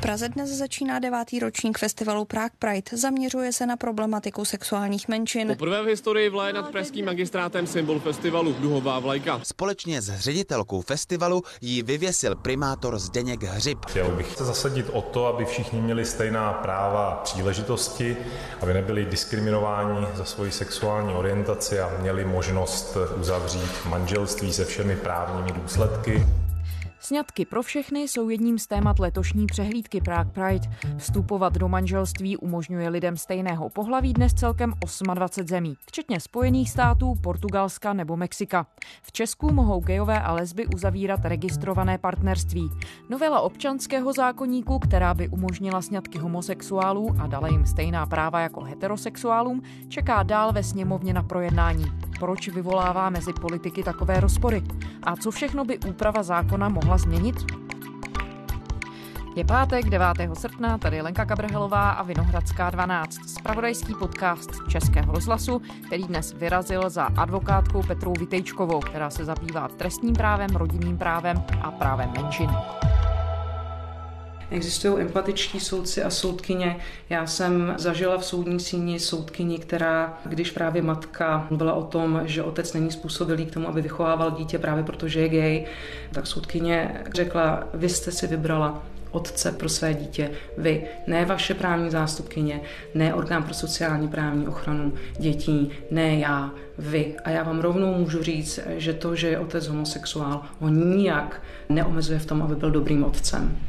Praze dnes začíná 9. ročník festivalu Prague Pride. Zaměřuje se na problematiku sexuálních menšin. Poprvé v historii vlaje nad pražským magistrátem symbol festivalu duhová vlajka. Společně s ředitelkou festivalu ji vyvěsil primátor Zdeněk Hřib. Chtěl bych se zasadit o to, aby všichni měli stejná práva a příležitosti, aby nebyli diskriminováni za svoji sexuální orientaci a měli možnost uzavřít manželství se všemi právními důsledky. Sňatky pro všechny jsou jedním z témat letošní přehlídky Prague Pride. Vstupovat do manželství umožňuje lidem stejného pohlaví dnes celkem 28 zemí, včetně Spojených států, Portugalska nebo Mexika. V Česku mohou gejové a lesby uzavírat registrované partnerství. Novela občanského zákoníku, která by umožnila sňatky homosexuálů a dala jim stejná práva jako heterosexuálům, čeká dál ve sněmovně na projednání. Proč vyvolává mezi politiky takové rozpory? A co všechno by úprava zákona mohla změnit? Je pátek 9. srpna, tady Lenka Kabrhelová a Vinohradská 12, zpravodajský podcast Českého rozhlasu, který dnes vyrazil za advokátkou Petrou Vitejčkovou, která se zabývá trestním právem, rodinným právem a právem menšin. Existují empatičtí soudci a soudkyně. Já jsem zažila v soudní síni soudkyni, která, když právě matka byla o tom, že otec není způsobilý k tomu, aby vychovával dítě právě protože je gay, tak soudkyně řekla, vy jste si vybrala otce pro své dítě. Vy, ne vaše právní zástupkyně, ne orgán pro sociální právní ochranu dětí, ne já, vy. A já vám rovnou můžu říct, že to, že je otec homosexuál, ho nijak neomezuje v tom, aby byl dobrým otcem.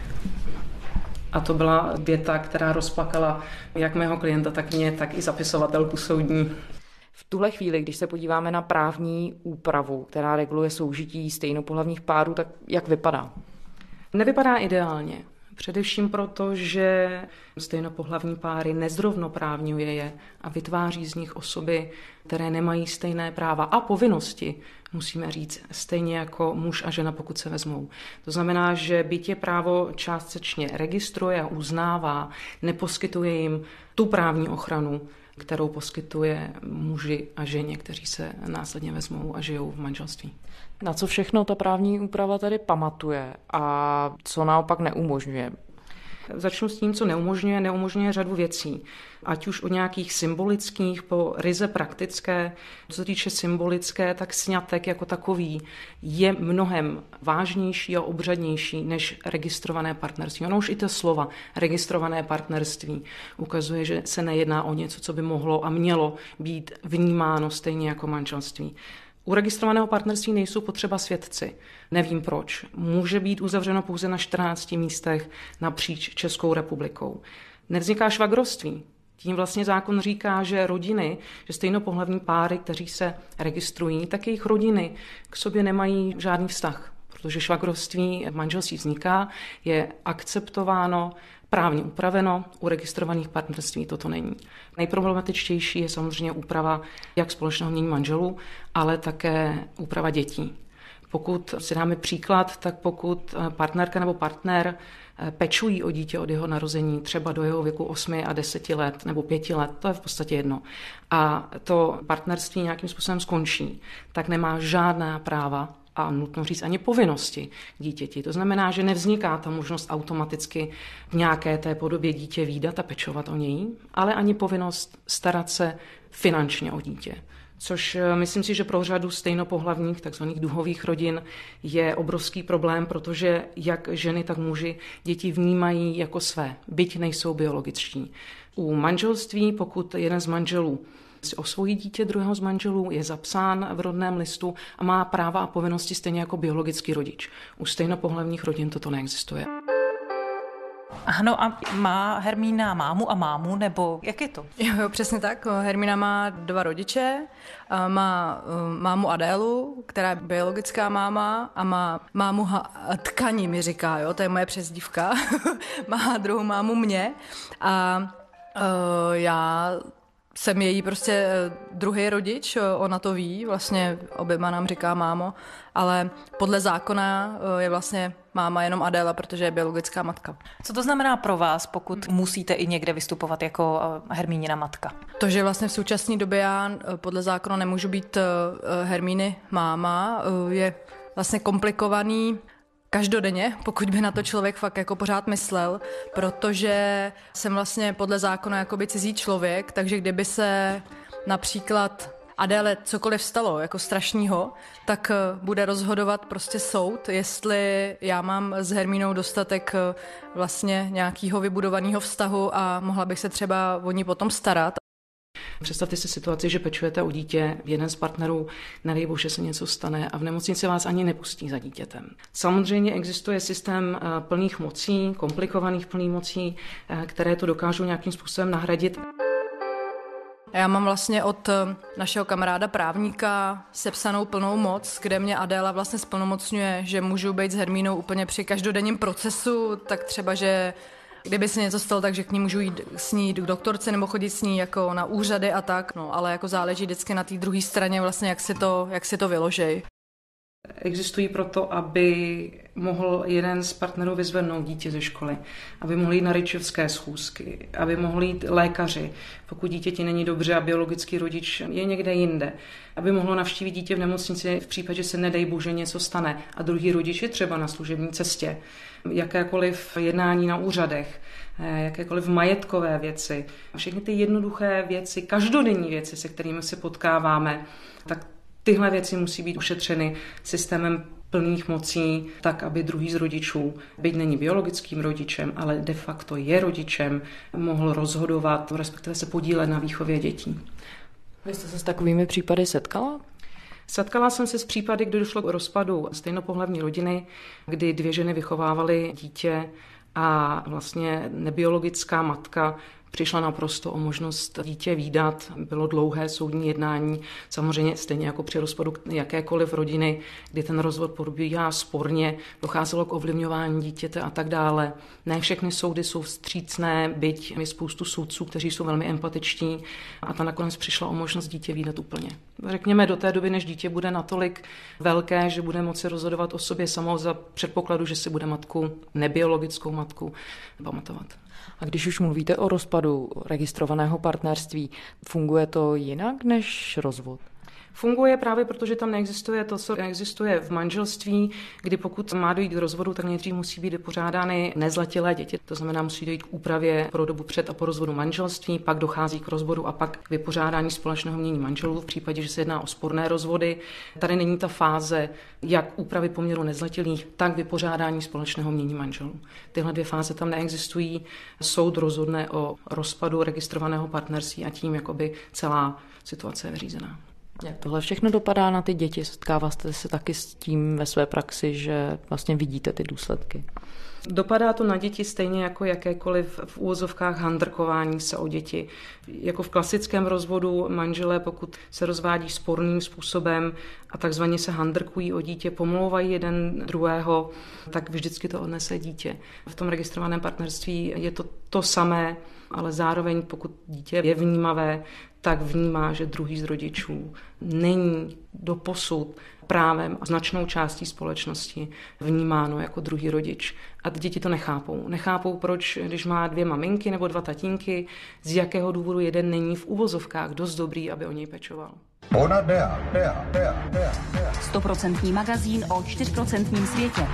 A to byla věta, která rozplakala jak mého klienta, tak mě, tak i zapisovatelku soudní. V tuhle chvíli, když se podíváme na právní úpravu, která reguluje soužití stejnopohlavních párů, tak jak vypadá? Nevypadá ideálně. Především proto, že stejnopohlavní páry nezrovnoprávňuje je a vytváří z nich osoby, které nemají stejné práva a povinnosti, musíme říct, stejně jako muž a žena, pokud se vezmou. To znamená, že byť je právo částečně registruje a uznává, neposkytuje jim tu právní ochranu, kterou poskytuje muži a ženě, kteří se následně vezmou a žijou v manželství. Na co všechno ta právní úprava tady pamatuje a co naopak neumožňuje? Začnu s tím, co neumožňuje. Neumožňuje řadu věcí. Ať už od nějakých symbolických po ryze praktické. Co se týče symbolické, tak sňatek jako takový je mnohem vážnější a obřadnější než registrované partnerství. Ono už i to slova registrované partnerství ukazuje, že se nejedná o něco, co by mohlo a mělo být vnímáno stejně jako manželství. U registrovaného partnerství nejsou potřeba svědci. Nevím proč. Může být uzavřeno pouze na 14 místech napříč Českou republikou. Nevzniká švagrovství. Tím vlastně zákon říká, že rodiny, že stejnopohlavní páry, kteří se registrují, tak jejich rodiny k sobě nemají žádný vztah, protože švagrovství manželství vzniká, je akceptováno, právně upraveno, u registrovaných partnerství toto není. Nejproblematičtější je samozřejmě úprava jak společného jmění manželů, ale také úprava dětí. Pokud si dáme příklad, tak pokud partnerka nebo partner pečují o dítě od jeho narození třeba do jeho věku 8 a 10 let nebo 5 let, to je v podstatě jedno, a to partnerství nějakým způsobem skončí, tak nemá žádná práva a nutno říct ani povinnosti dítěti. To znamená, že nevzniká ta možnost automaticky v nějaké té podobě dítě vídat a pečovat o něj, ale ani povinnost starat se finančně o dítě. Což myslím si, že pro řadu stejnopohlavních, takzvaných duhových rodin je obrovský problém, protože jak ženy, tak muži děti vnímají jako své, byť nejsou biologičtí. U manželství, pokud jeden z manželů si osvojí dítě druhého z manželů, je zapsán v rodném listu a má práva a povinnosti stejně jako biologický rodič. U stejnopohlavních rodin toto neexistuje. Ano, a má Hermína mámu a mámu, nebo jak je to? Jo, přesně tak. Hermína má 2 rodiče. Má mámu Adélu, která je biologická máma, a má mámu Tkaní, mi říká, jo, to je moje přezdívka. Má druhou mámu mě a já jsem její prostě druhý rodič, ona to ví, vlastně oběma nám říká mámo, ale podle zákona je vlastně máma jenom Adéla, protože je biologická matka. Co to znamená pro vás, pokud musíte i někde vystupovat jako Hermínina matka? To, že vlastně v současné době já podle zákona nemůžu být Hermíny máma, je vlastně komplikovaný každodenně, pokud by na to člověk fakt jako pořád myslel, protože jsem vlastně podle zákona jakoby cizí člověk, takže kdyby se například Adéle cokoliv stalo jako strašného, tak bude rozhodovat prostě soud, jestli já mám s Hermínou dostatek vlastně nějakého vybudovaného vztahu a mohla bych se třeba o ní potom starat. Představte si situaci, že pečujete o dítě, jeden z partnerů, nedej bože, se něco stane a v nemocnici vás ani nepustí za dítětem. Samozřejmě existuje systém plných mocí, komplikovaných plných mocí, které to dokážou nějakým způsobem nahradit. Já mám vlastně od našeho kamaráda právníka sepsanou plnou moc, kde mě Adéla vlastně splnomocňuje, že můžu být s Hermínou úplně při každodenním procesu, tak třeba, že kdyby se něco stalo, takže k ní můžu jít s ní k doktorce nebo chodit s ní jako na úřady a tak, no, ale jako záleží vždycky na té druhé straně vlastně, jak si to vyložej. Existují proto, aby mohl jeden z partnerů vyzvednout dítě ze školy, aby mohl jít na rodičovské schůzky, aby mohl jít lékaři, pokud dítěti není dobře a biologický rodič je někde jinde, aby mohlo navštívit dítě v nemocnici v případě, že se nedej bože něco stane a druhý rodič je třeba na služební cestě, jakékoliv jednání na úřadech, jakékoliv majetkové věci, všechny ty jednoduché věci, každodenní věci, se kterými se potkáváme, tak tyhle věci musí být ošetřeny systémem plných mocí, tak, aby druhý z rodičů, byť není biologickým rodičem, ale de facto je rodičem, mohl rozhodovat, respektive se podílet na výchově dětí. Vy jste se s takovými případy setkala? Setkala jsem se s případy, kdy došlo k rozpadu stejnopohlavní rodiny, kdy 2 ženy vychovávaly dítě a vlastně nebiologická matka přišla naprosto o možnost dítě vídat. Bylo dlouhé soudní jednání, samozřejmě stejně jako při rozpadu jakékoliv rodiny, kdy ten rozvod probíhá sporně, docházelo k ovlivňování dítěte a tak dále. Ne všechny soudy jsou vstřícné, byť je spoustu soudců, kteří jsou velmi empatičtí a ta nakonec přišla o možnost dítě vídat úplně. Řekněme do té doby, než dítě bude natolik velké, že bude moci rozhodovat o sobě samo za předpokladu, že si bude matku, nebiologickou matku, pamatovat. A když už mluvíte o rozpadu registrovaného partnerství, funguje to jinak než rozvod? Funguje právě proto, že tam neexistuje to, co existuje v manželství, kdy pokud má dojít k rozvodu, tak nejdřív musí být vypořádány nezletilé děti. To znamená, musí dojít k úpravě pro dobu před a po rozvodu manželství, pak dochází k rozvodu a pak k vypořádání společného jmění manželů v případě, že se jedná o sporné rozvody. Tady není ta fáze jak úpravy poměru nezletilých, tak vypořádání společného jmění manželů. Tyhle 2 fáze tam neexistují. Soud rozhodne o rozpadu registrovaného partnerství a tím jakoby celá situace je vyřízená. Jak tohle všechno dopadá na ty děti? Setkáváte se taky s tím ve své praxi, že vlastně vidíte ty důsledky? Dopadá to na děti stejně jako jakékoliv v úvozovkách handrkování se o děti. Jako v klasickém rozvodu manželé, pokud se rozvádí sporným způsobem a takzvaně se handrkují o dítě, pomlouvají jeden druhého, tak vždycky to odnese dítě. V tom registrovaném partnerství je to samé, ale zároveň pokud dítě je vnímavé, tak vnímá, že druhý z rodičů není doposud právem a značnou částí společnosti vnímáno jako druhý rodič. A děti to nechápou. Nechápou, proč, když má 2 maminky nebo 2 tatínky, z jakého důvodu jeden není v uvozovkách dost dobrý, aby o něj pečoval. 100% magazín o 4% světě.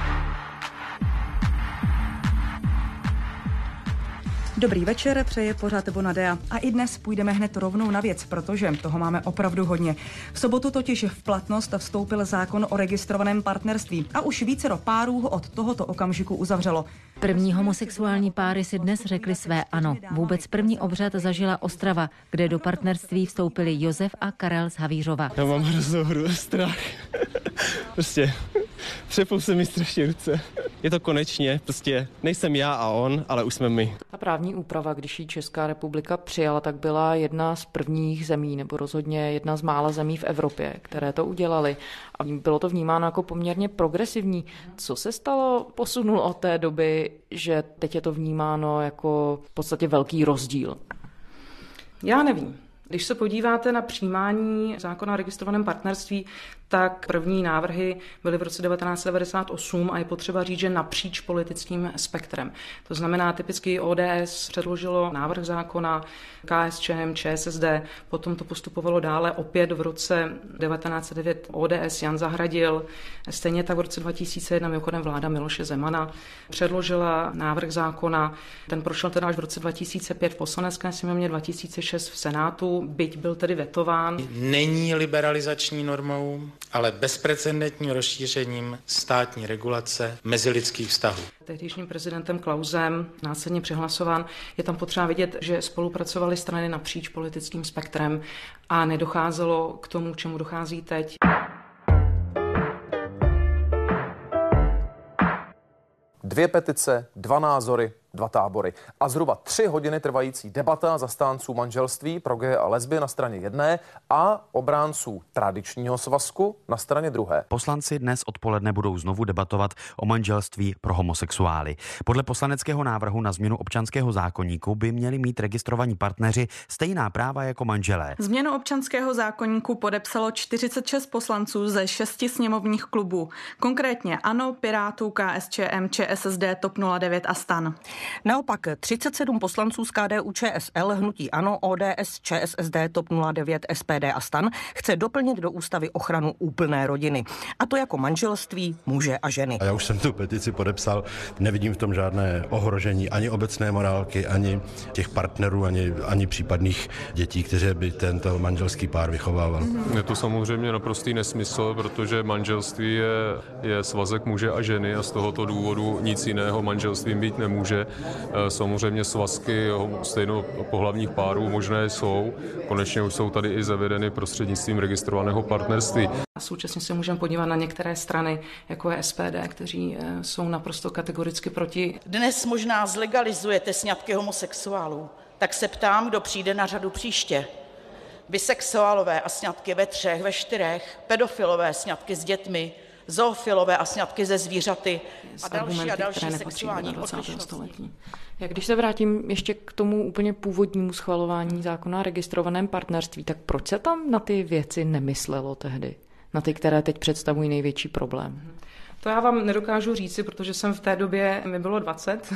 Dobrý večer, přeje pořad Bonadea. A i dnes půjdeme hned rovnou na věc, protože toho máme opravdu hodně. V sobotu totiž v platnost vstoupil zákon o registrovaném partnerství a už vícero párů ho od tohoto okamžiku uzavřelo. První homosexuální páry si dnes řekli své ano. Vůbec první obřad zažila Ostrava, kde do partnerství vstoupili Josef a Karel z Havířova. Já mám hroznou strach. Prostě přepou se mi strašně ruce. Je to konečně, prostě nejsem já a on, ale už jsme my. Ta právní úprava, když ji Česká republika přijala, tak byla jedna z prvních zemí, nebo rozhodně jedna z mála zemí v Evropě, které to udělali. A bylo to vnímáno jako poměrně progresivní. Co se stalo, posunulo od té doby, že teď je to vnímáno jako v podstatě velký rozdíl? Já nevím. Když se podíváte na přijímání zákona o registrovaném partnerství, tak první návrhy byly v roce 1998 a je potřeba říct, že napříč politickým spektrem. To znamená, typicky ODS předložilo návrh zákona, KSČM, ČSSD, potom to postupovalo dále opět v roce 1909 ODS Jan Zahradil, stejně tak v roce 2001 mimochodem vláda Miloše Zemana předložila návrh zákona, ten prošel teda až v roce 2005 v Poslanecké sněmovně, 2006 v Senátu, byť byl tedy vetován. Není liberalizační normou, ale bezprecedentním rozšířením státní regulace mezilidských vztahů. Tehdejším prezidentem Klausem, následně přehlasován, je tam potřeba vidět, že spolupracovaly strany napříč politickým spektrem a nedocházelo k tomu, k čemu dochází teď. Dvě petice, dva názory, dva tábory a zhruba 3 hodiny trvající debata zastánců manželství pro geje a lesby na straně jedné a obránců tradičního svazku na straně druhé. Poslanci dnes odpoledne budou znovu debatovat o manželství pro homosexuály. Podle poslaneckého návrhu na změnu občanského zákoníku by měli mít registrovaní partneři stejná práva jako manželé. Změnu občanského zákoníku podepsalo 46 poslanců ze 6 sněmovních klubů. Konkrétně ANO, Pirátů, KSČM, ČSSD, TOP 09 a STAN. Naopak 37 poslanců z KDU-ČSL, hnutí ANO, ODS, ČSSD, TOP 09, SPD a STAN chce doplnit do ústavy ochranu úplné rodiny. A to jako manželství muže a ženy. A já už jsem tu petici podepsal, nevidím v tom žádné ohrožení ani obecné morálky, ani těch partnerů, ani případných dětí, které by tento manželský pár vychovával. Je to samozřejmě naprostý nesmysl, protože manželství je svazek muže a ženy a z tohoto důvodu nic jiného manželstvím být nemůže. Samozřejmě svazky stejnopohlavních párů možné jsou. Konečně už jsou tady i zavedeny prostřednictvím registrovaného partnerství. A současně se můžeme podívat na některé strany, jako je SPD, kteří jsou naprosto kategoricky proti. Dnes možná zlegalizujete sňatky homosexuálů, tak se ptám, kdo přijde na řadu příště. Bisexuálové a sňatky ve 3, ve 4, pedofilové sňatky s dětmi, zoofilové a sňatky se zvířaty a další sexuální odlišnosti. Jak když se vrátím ještě k tomu úplně původnímu schvalování zákona o registrovaném partnerství, tak proč se tam na ty věci nemyslelo tehdy? Na ty, které teď představují největší problém? To já vám nedokážu říci, protože jsem v té době, mi bylo 20,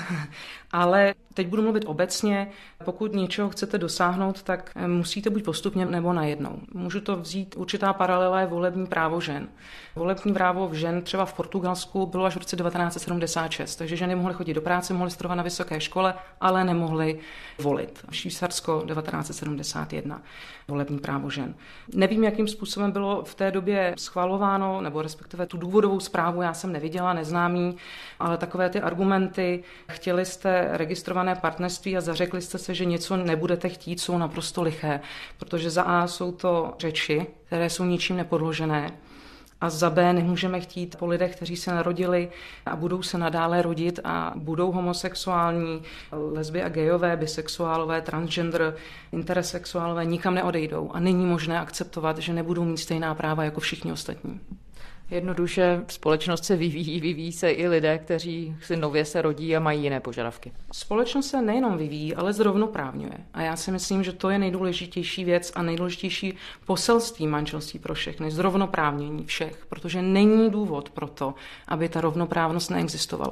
ale teď budu mluvit obecně. Pokud něčeho chcete dosáhnout, tak musíte buď postupně nebo najednou. Můžu to vzít, určitá paralela je volební právo žen. Volební právo žen třeba v Portugalsku bylo až v roce 1976, takže ženy mohly chodit do práce, mohly studovat na vysoké škole, ale nemohly volit. Švýcarsko 1971, volební právo žen. Nevím, jakým způsobem bylo v té době schvalováno, nebo respektive tu důvodovou zprávu já jsem neviděla, neznámý, ale takové ty argumenty, chtěli jste registrované partnerství a zařekli jste se, že něco nebudete chtít, jsou naprosto liché, protože za A jsou to řeči, které jsou ničím nepodložené, a za B nemůžeme chtít po lidech, kteří se narodili a budou se nadále rodit a budou homosexuální, lesby a gejové, bisexuálové, transgender, intersexuálové nikam neodejdou a není možné akceptovat, že nebudou mít stejná práva jako všichni ostatní. Jednoduše společnost se vyvíjí se i lidé, kteří si nově se rodí a mají jiné požadavky. Společnost se nejenom vyvíjí, ale zrovnoprávňuje. A já si myslím, že to je nejdůležitější věc a nejdůležitější poselství manželství pro všechny, zrovnoprávnění všech, protože není důvod pro to, aby ta rovnoprávnost neexistovala.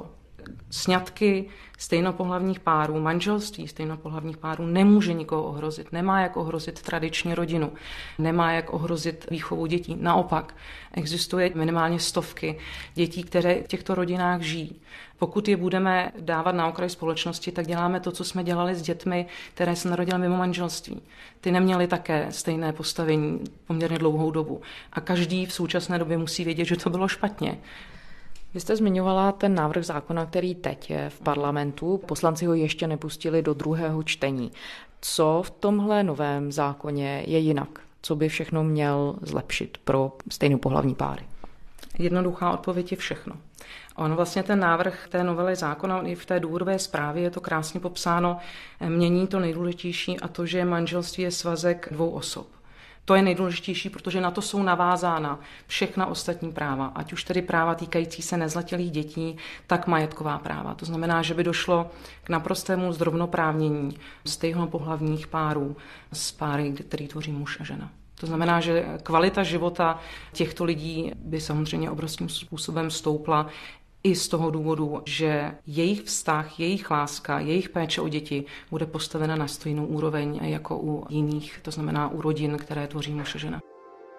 Sňatky stejnopohlavních párů, manželství stejnopohlavních párů nemůže nikoho ohrozit. Nemá jak ohrozit tradiční rodinu, nemá jak ohrozit výchovu dětí. Naopak, existuje minimálně stovky dětí, které v těchto rodinách žijí. Pokud je budeme dávat na okraj společnosti, tak děláme to, co jsme dělali s dětmi, které se narodily mimo manželství. Ty neměly také stejné postavení poměrně dlouhou dobu. A každý v současné době musí vědět, že to bylo špatně. Vy jste zmiňovala ten návrh zákona, který teď je v parlamentu. Poslanci ho ještě nepustili do druhého čtení. Co v tomhle novém zákoně je jinak? Co by všechno měl zlepšit pro stejnopohlavní páry? Jednoduchá odpověď je všechno. On vlastně ten návrh té novely zákona, i v té důvodové zprávě je to krásně popsáno, mění to nejdůležitější a to, že manželství je svazek dvou osob. To je nejdůležitější, protože na to jsou navázána všechna ostatní práva, ať už tedy práva týkající se nezletilých dětí, tak majetková práva. To znamená, že by došlo k naprostému zrovnoprávnění stejnopohlavních párů s páry, který tvoří muž a žena. To znamená, že kvalita života těchto lidí by samozřejmě obrovským způsobem stoupla i z toho důvodu, že jejich vztah, jejich láska, jejich péče o děti bude postavena na stejnou úroveň jako u jiných, to znamená u rodin, které tvoří muž a žena.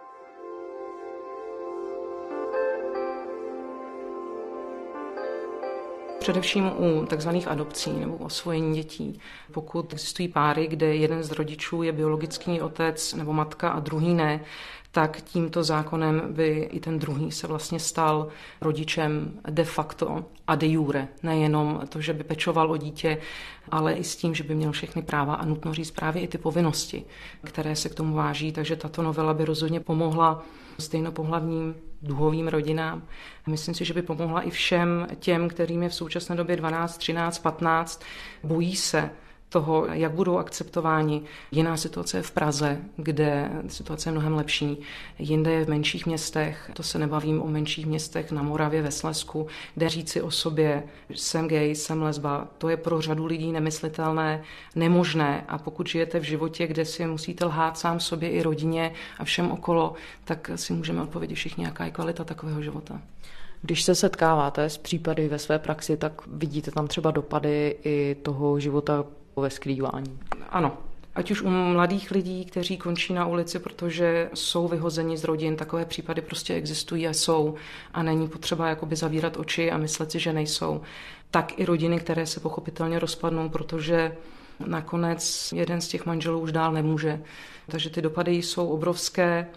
Především u takzvaných adopcí nebo osvojení dětí. Pokud existují páry, kde jeden z rodičů je biologický otec nebo matka a druhý ne, tak tímto zákonem by i ten druhý se vlastně stal rodičem de facto a de jure. Nejenom to, že by pečoval o dítě, ale i s tím, že by měl všechny práva a nutno říct právě i ty povinnosti, které se k tomu váží. Takže tato novela by rozhodně pomohla stejnopohlavním duhovým rodinám. Myslím si, že by pomohla i všem těm, kterým je v současné době 12, 13, 15, bojí se toho, jak budou akceptováni. Jiná situace je v Praze, kde situace je mnohem lepší. Jinde je v menších městech, to se nebavím o menších městech na Moravě, ve Slezsku, kde říci o sobě, jsem gay, jsem lesba, to je pro řadu lidí nemyslitelné, nemožné. A pokud žijete v životě, kde si musíte lhát sám sobě i rodině a všem okolo, tak si můžeme odpovědět všichni, jaká je kvalita takového života. Když se setkáváte s případy ve své praxi, tak vidíte tam třeba dopady i toho života ve skrývání. Ano. Ať už u mladých lidí, kteří končí na ulici, protože jsou vyhozeni z rodin, takové případy prostě existují a jsou a není potřeba jakoby zavírat oči a myslet si, že nejsou. Tak i rodiny, které se pochopitelně rozpadnou, protože nakonec jeden z těch manželů už dál nemůže. Takže ty dopady jsou obrovské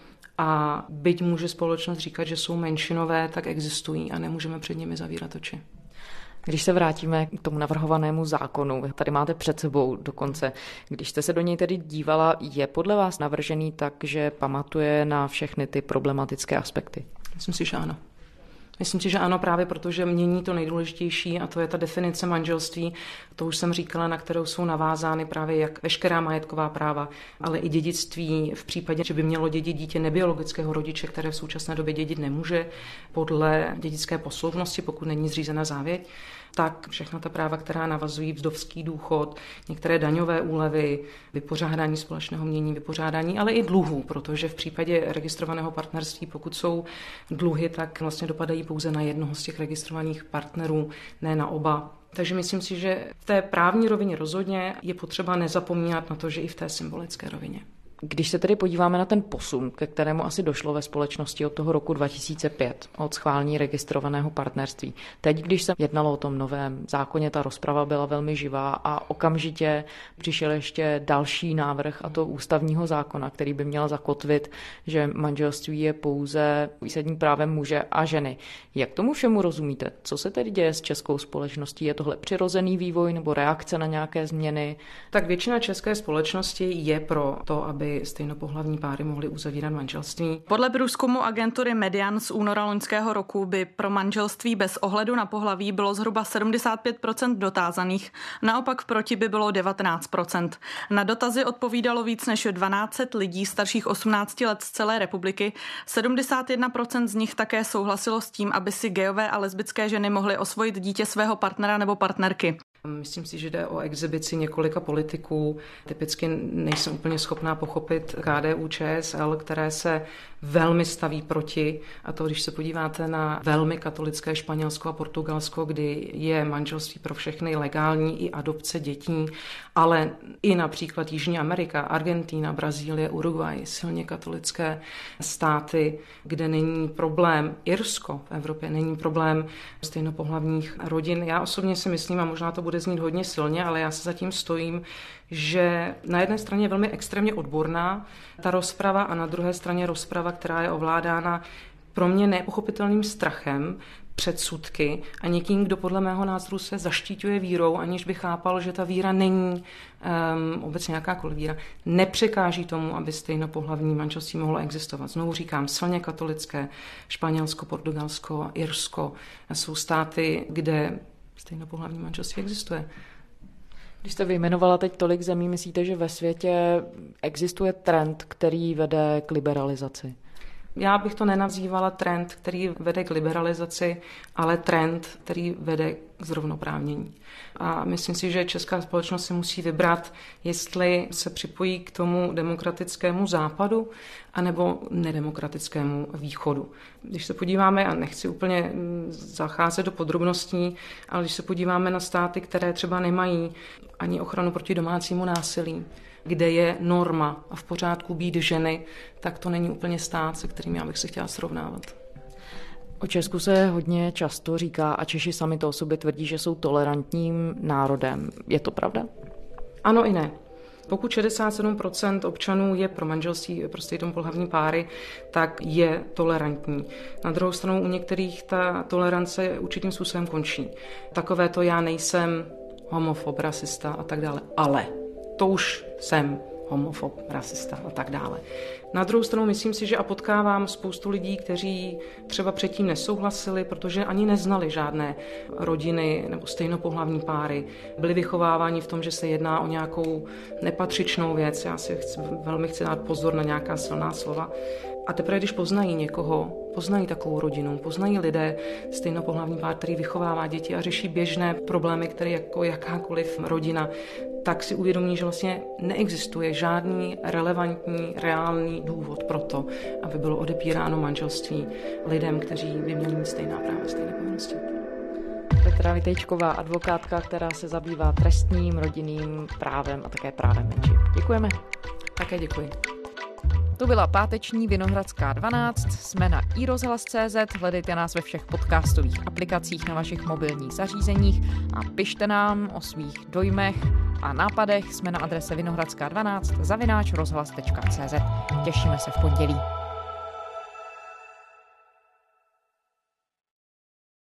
a byť může společnost říkat, že jsou menšinové, tak existují a nemůžeme před nimi zavírat oči. Když se vrátíme k tomu navrhovanému zákonu, tady máte před sebou dokonce, když jste se do něj tedy dívala, je podle vás navržený tak, že pamatuje na všechny ty problematické aspekty? Myslím si, že ano. Myslím si, že ano, právě protože mění to nejdůležitější a to je ta definice manželství. To už jsem říkala, na kterou jsou navázány právě jak veškerá majetková práva, ale i dědictví v případě, že by mělo dědit dítě nebiologického rodiče, které v současné době dědit nemůže podle dědické posloupnosti, pokud není zřízena závěť, tak všechna ta práva, která navazují vdovský důchod, některé daňové úlevy, vypořádání společného jmění, vypořádání, ale i dluhů, protože v případě registrovaného partnerství, pokud jsou dluhy, tak vlastně dopadají pouze na jednoho z těch registrovaných partnerů, ne na oba. Takže myslím si, že v té právní rovině rozhodně je potřeba nezapomínat na to, že i v té symbolické rovině. Když se tedy podíváme na ten posun, ke kterému asi došlo ve společnosti od toho roku 2005, od schválení registrovaného partnerství. Teď, když se jednalo o tom novém zákoně, ta rozprava byla velmi živá a okamžitě přišel ještě další návrh, a to ústavního zákona, který by měl zakotvit, že manželství je pouze výsadním právem muže a ženy. Jak tomu všemu rozumíte? Co se tedy děje s českou společností? Je tohle přirozený vývoj nebo reakce na nějaké změny? Tak většina české společnosti je pro to, aby stejnopohlavní páry mohly uzavírat manželství. Podle průzkumu agentury Median z února loňského roku by pro manželství bez ohledu na pohlaví bylo zhruba 75% dotázaných, naopak proti by bylo 19%. Na dotazy odpovídalo víc než 1200 lidí starších 18 let z celé republiky. 71% z nich také souhlasilo s tím, aby si gayové a lesbické ženy mohly osvojit dítě svého partnera nebo partnerky. Myslím si, že jde o exibici několika politiků. Typicky nejsem úplně schopná pochopit KDU, ČSL, které se velmi staví proti. A to, když se podíváte na velmi katolické Španělsko a Portugalsko, kdy je manželství pro všechny legální i adopce dětí, ale i například Jižní Amerika, Argentína, Brazílie, Uruguay, silně katolické státy, kde není problém, Irsko v Evropě, není problém stejnopohlavních rodin. Já osobně si myslím, a možná to bude znít hodně silně, ale já se zatím stojím, že na jedné straně je velmi extrémně odborná ta rozprava a na druhé straně rozprava, která je ovládána pro mě nepochopitelným strachem, předsudky a někým, kdo podle mého názoru se zaštiťuje vírou, aniž by chápal, že ta víra není obecně jakákoliv víra, nepřekáží tomu, aby stejnopohlavní manželství mohlo existovat. Znovu říkám, silně katolické, Španělsko, Portugalsko, Irsko jsou státy, kde stejnopohlavní manželství existuje. Když jste vyjmenovala teď tolik zemí, myslíte, že ve světě existuje trend, který vede k liberalizaci? Já bych to nenazývala trend, který vede k liberalizaci, ale trend, který vede k zrovnoprávnění. A myslím si, že česká společnost si musí vybrat, jestli se připojí k tomu demokratickému západu anebo nedemokratickému východu. Když se podíváme, a nechci úplně zacházet do podrobností, ale když se podíváme na státy, které třeba nemají ani ochranu proti domácímu násilí, kde je norma a v pořádku být ženy, tak to není úplně stát, se kterým já bych se chtěla srovnávat. O Česku se hodně často říká a Češi sami to o sobě tvrdí, že jsou tolerantním národem. Je to pravda? Ano i ne. Pokud 67% občanů je pro manželství pro stejnopohlavní páry, tak je tolerantní. Na druhou stranu u některých ta tolerance určitým způsobem končí. Takové to já nejsem homofob, rasista a tak dále, ale to už jsem homofob, rasista a tak dále. Na druhou stranu myslím si, že a potkávám spoustu lidí, kteří třeba předtím nesouhlasili, protože ani neznali žádné rodiny nebo stejnopohlavní páry. Byli vychováváni v tom, že se jedná o nějakou nepatřičnou věc. Já si velmi chci dát pozor na nějaká silná slova. A teprve, když poznají někoho, poznají takovou rodinu, poznají lidé stejnopohlavní pár, který vychovává děti a řeší běžné problémy, které jako jakákoliv rodina, tak si uvědomí, že vlastně neexistuje žádný relevantní, reálný důvod pro to, aby bylo odepíráno manželství lidem, kteří by měli mít stejná práva, stejné povinnosti. Petra Vitejčková, advokátka, která se zabývá trestním, rodinným právem a také právem menšin. Děkujeme. Také děkuji. To byla páteční Vinohradská 12, jsme na iRozhlas.cz, hledejte nás ve všech podcastových aplikacích na vašich mobilních zařízeních a pište nám o svých dojmech a nápadech, jsme na adrese vinohradská12 @rozhlas.cz. Těšíme se v pondělí.